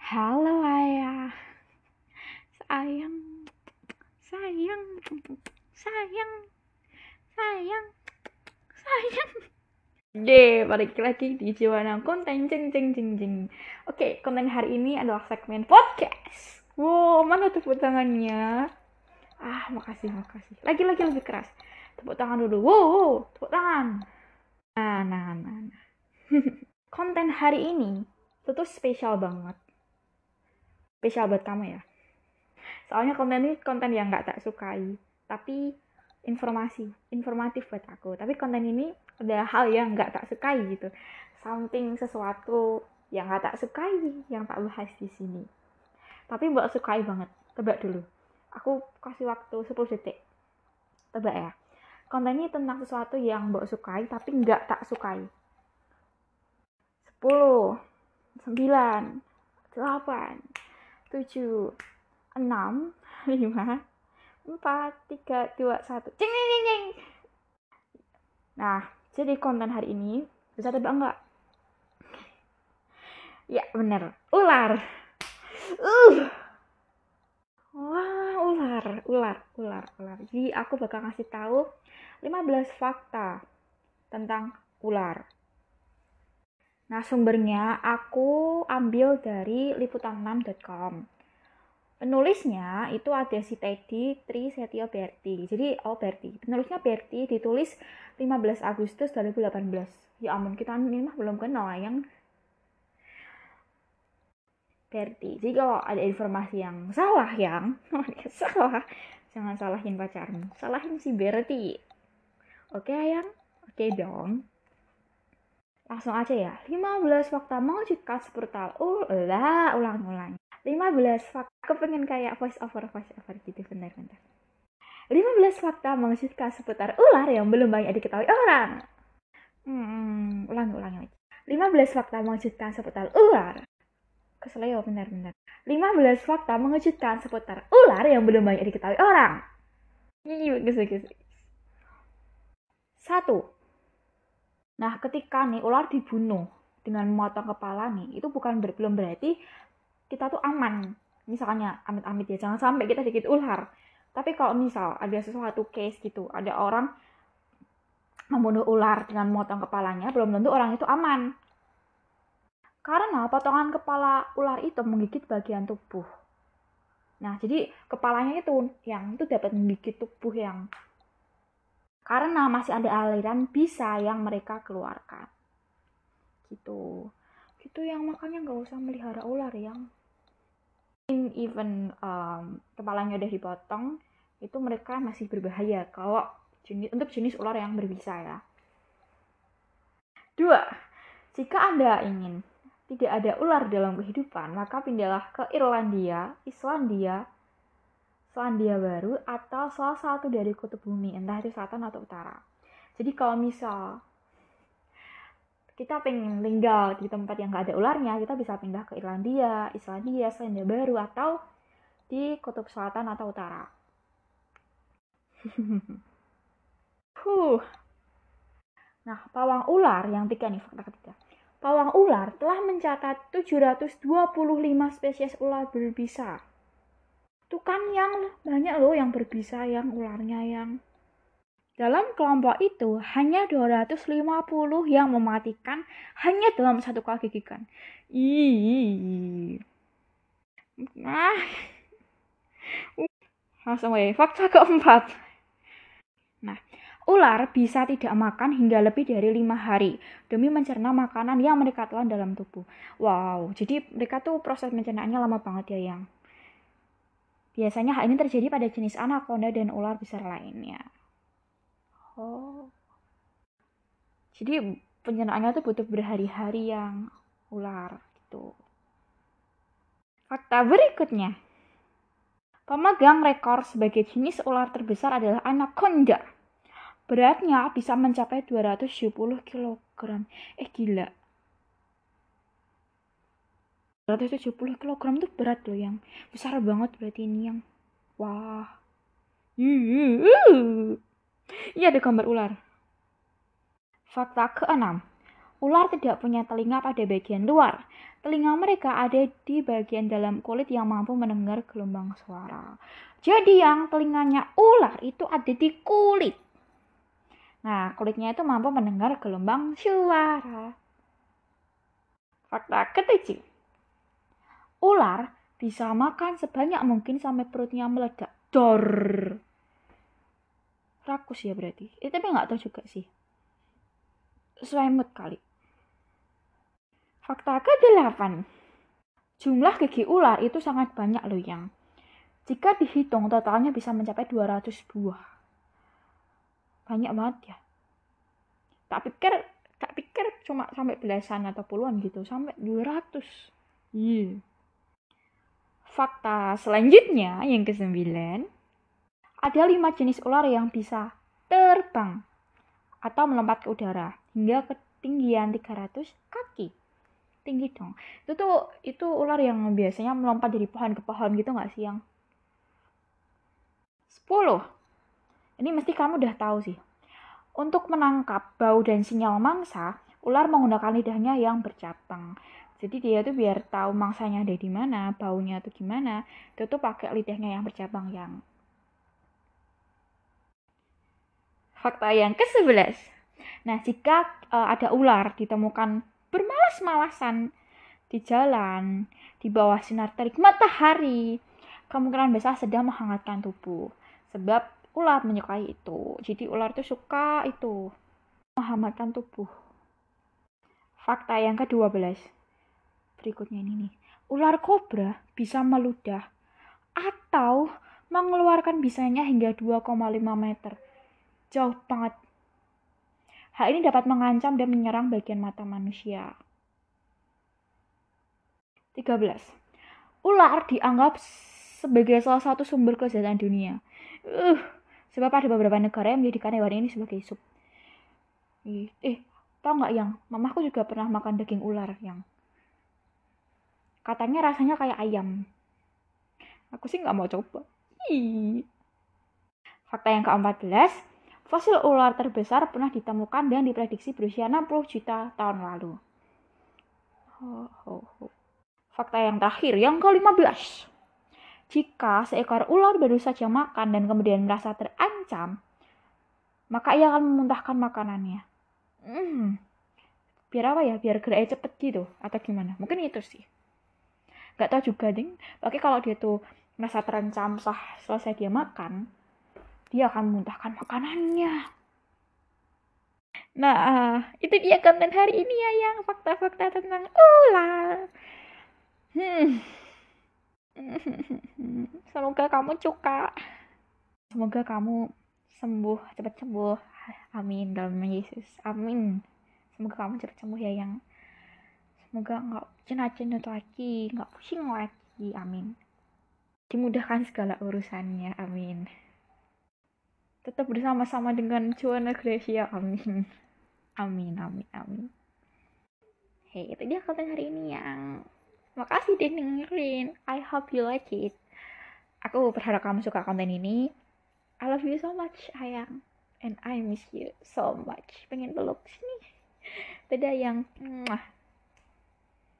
Halo ayah, sayang, sayang, sayang, sayang, sayang. Balik lagi di Jiwana Konten jeng jeng jeng jeng. Oke, konten hari ini adalah segmen podcast. Wow, mana tepuk tangannya? Makasih. Lagi lebih keras. Tepuk tangan dulu. Wow, tepuk tangan. Nah. Konten hari ini itu spesial banget. Spesial buat kamu ya. Soalnya konten ini konten yang gak tak sukai, tapi informatif buat aku. Tapi konten ini adalah hal yang gak tak sukai gitu. Something sesuatu yang gak tak sukai, yang tak bahas di sini. Tapi mbak sukai banget. Tebak dulu. Aku kasih waktu 10 detik. Tebak ya. Konten ini tentang sesuatu yang mbak sukai, tapi gak tak sukai. 10, 9, 8, 7, 6, 5, 4, 3, 2, 1. Cing. Nah, jadi konten hari ini bisa tebak enggak? Ya, bener. Ular. Wah, ular. Jadi aku bakal ngasih tahu 15 fakta tentang ular. Nah, sumbernya aku ambil dari liputan6.com. Penulisnya itu ada si Teddy Trisetio Berti. Jadi, Berti. Penulisnya Berti, ditulis 15 Agustus 2018. Ya ampun, kita ini mah belum kenal yang Berti. Jadi kalau ada informasi yang salah jangan salahin pacarmu. Salahin si Berti. Oke, ayang? Oke dong. Langsung aja ya. 15 fakta mengejutkan seputar ulang. 15 fakta. Aku pengen kayak voice over gitu. Bentar. 15 fakta mengejutkan seputar ular yang belum banyak diketahui orang. Ulangi lagi. 15 fakta mengejutkan seputar ular. Keseleo, bentar. 15 fakta mengejutkan seputar ular yang belum banyak diketahui orang. Bagus. 1. Nah, ketika nih ular dibunuh dengan memotong kepala nih, itu belum berarti kita tuh aman. Misalnya amit-amit ya, jangan sampai kita digigit ular. Tapi kalau misal ada sesuatu case gitu, ada orang membunuh ular dengan memotong kepalanya, belum tentu orang itu aman. Karena potongan kepala ular itu menggigit bagian tubuh. Nah, jadi kepalanya itu yang itu dapat menggigit tubuh yang karena masih ada aliran bisa yang mereka keluarkan. Gitu yang makanya nggak usah melihara ular yang even kepalanya udah dipotong, itu mereka masih berbahaya kalau untuk jenis ular yang berbisa ya. 2. Jika Anda ingin tidak ada ular dalam kehidupan, maka pindahlah ke Islandia Baru, atau salah satu dari kutub bumi, entah itu selatan atau utara. Jadi kalau misal kita pengen tinggal di tempat yang gak ada ularnya, kita bisa pindah ke Islandia Baru, atau di kutub selatan atau utara. Nah, pawang ular yang fakta ketiga. Pawang ular telah mencatat 725 spesies ular berbisa. Itu kan yang banyak loh yang berbisa, yang ularnya yang. Dalam kelompok itu, hanya 250 yang mematikan hanya dalam satu kali gigitan. Langsung fakta keempat. Nah, ular bisa tidak makan hingga lebih dari 5 hari demi mencerna makanan yang mereka telan dalam tubuh. Wow, jadi mereka tuh proses pencernaannya lama banget ya yang. Biasanya hal ini terjadi pada jenis anaconda dan ular besar lainnya. Jadi pencernaannya tuh butuh berhari-hari yang ular gitu. Fakta berikutnya. Pemegang rekor sebagai jenis ular terbesar adalah anaconda. Beratnya bisa mencapai 270 kg. Gila. 270 kg tuh berat loh yang. Besar banget berarti ini yang. Wah. Iya, ada gambar ular. Fakta ke-6. Ular tidak punya telinga pada bagian luar. Telinga mereka ada di bagian dalam kulit yang mampu mendengar gelombang suara. Jadi yang telinganya ular itu ada di kulit. Nah, kulitnya itu mampu mendengar gelombang suara. Fakta ketujuh. Ular bisa makan sebanyak mungkin sampai perutnya meledak. Dor. Rakus ya berarti. Tapi nggak tahu juga sih. Selimut kali. Fakta ke-8. Jumlah gigi ular itu sangat banyak loh yang. Jika dihitung totalnya bisa mencapai 200 buah. Banyak banget ya. Tak pikir cuma sampai belasan atau puluhan gitu. Sampai 200. Yeah. Fakta selanjutnya yang ke-9. Ada 5 jenis ular yang bisa terbang atau melompat ke udara hingga ketinggian 300 kaki. Tinggi dong. Itu ular yang biasanya melompat dari pohon ke pohon gitu nggak sih yang? 10. Ini mesti kamu udah tahu sih. Untuk menangkap bau dan sinyal mangsa, ular menggunakan lidahnya yang bercabang. Jadi dia tuh biar tahu mangsanya ada di mana, baunya tuh gimana, dia tuh pakai lidahnya yang bercabang yang. Fakta yang ke-11. Nah, jika ada ular ditemukan bermalas-malasan di jalan, di bawah sinar terik matahari, kemungkinan besar sedang menghangatkan tubuh. Sebab ular menyukai itu. Jadi ular itu suka itu, menghangatkan tubuh. Fakta yang ke-12. Berikutnya ini nih. Ular kobra bisa meludah atau mengeluarkan bisanya hingga 2,5 meter. Jauh banget. Hal ini dapat mengancam dan menyerang bagian mata manusia. 13. Ular dianggap sebagai salah satu sumber kesehatan dunia. Sebab ada beberapa negara yang menjadikan hewan ini sebagai sup. Tau nggak yang? Mamaku juga pernah makan daging ular yang. Katanya rasanya kayak ayam. Aku sih nggak mau coba. Fakta yang ke-14. Fosil ular terbesar pernah ditemukan dan diprediksi berusia 60 juta tahun lalu. Fakta yang terakhir, yang ke-15. Jika seekor ular baru saja makan dan kemudian merasa terancam, maka ia akan memuntahkan makanannya. Biar apa ya? Biar geraknya cepet gitu atau gimana? Mungkin itu sih. Gak tahu juga ding. Tapi kalau dia tuh merasa terancam selesai dia makan, dia akan memuntahkan makanannya. Nah, itu dia konten hari ini ya yang fakta-fakta tentang ular. Semoga kamu suka. Semoga kamu cepat sembuh. Amin dalam nama Yesus. Amin. Semoga kamu cepat sembuh ya yang. Semoga nggak cenut-cenut lagi, nggak pusing lagi. Amin. Dimudahkan segala urusannya. Amin. Tetap bersama-sama dengan Juana Gracia. Amin. Amin. Hey, itu dia konten hari ini yang. Makasih udah dengerin. I hope you like it. Aku berharap kamu suka konten ini. I love you so much, sayang. And I miss you so much. Pengen peluk sini. Dadah yang.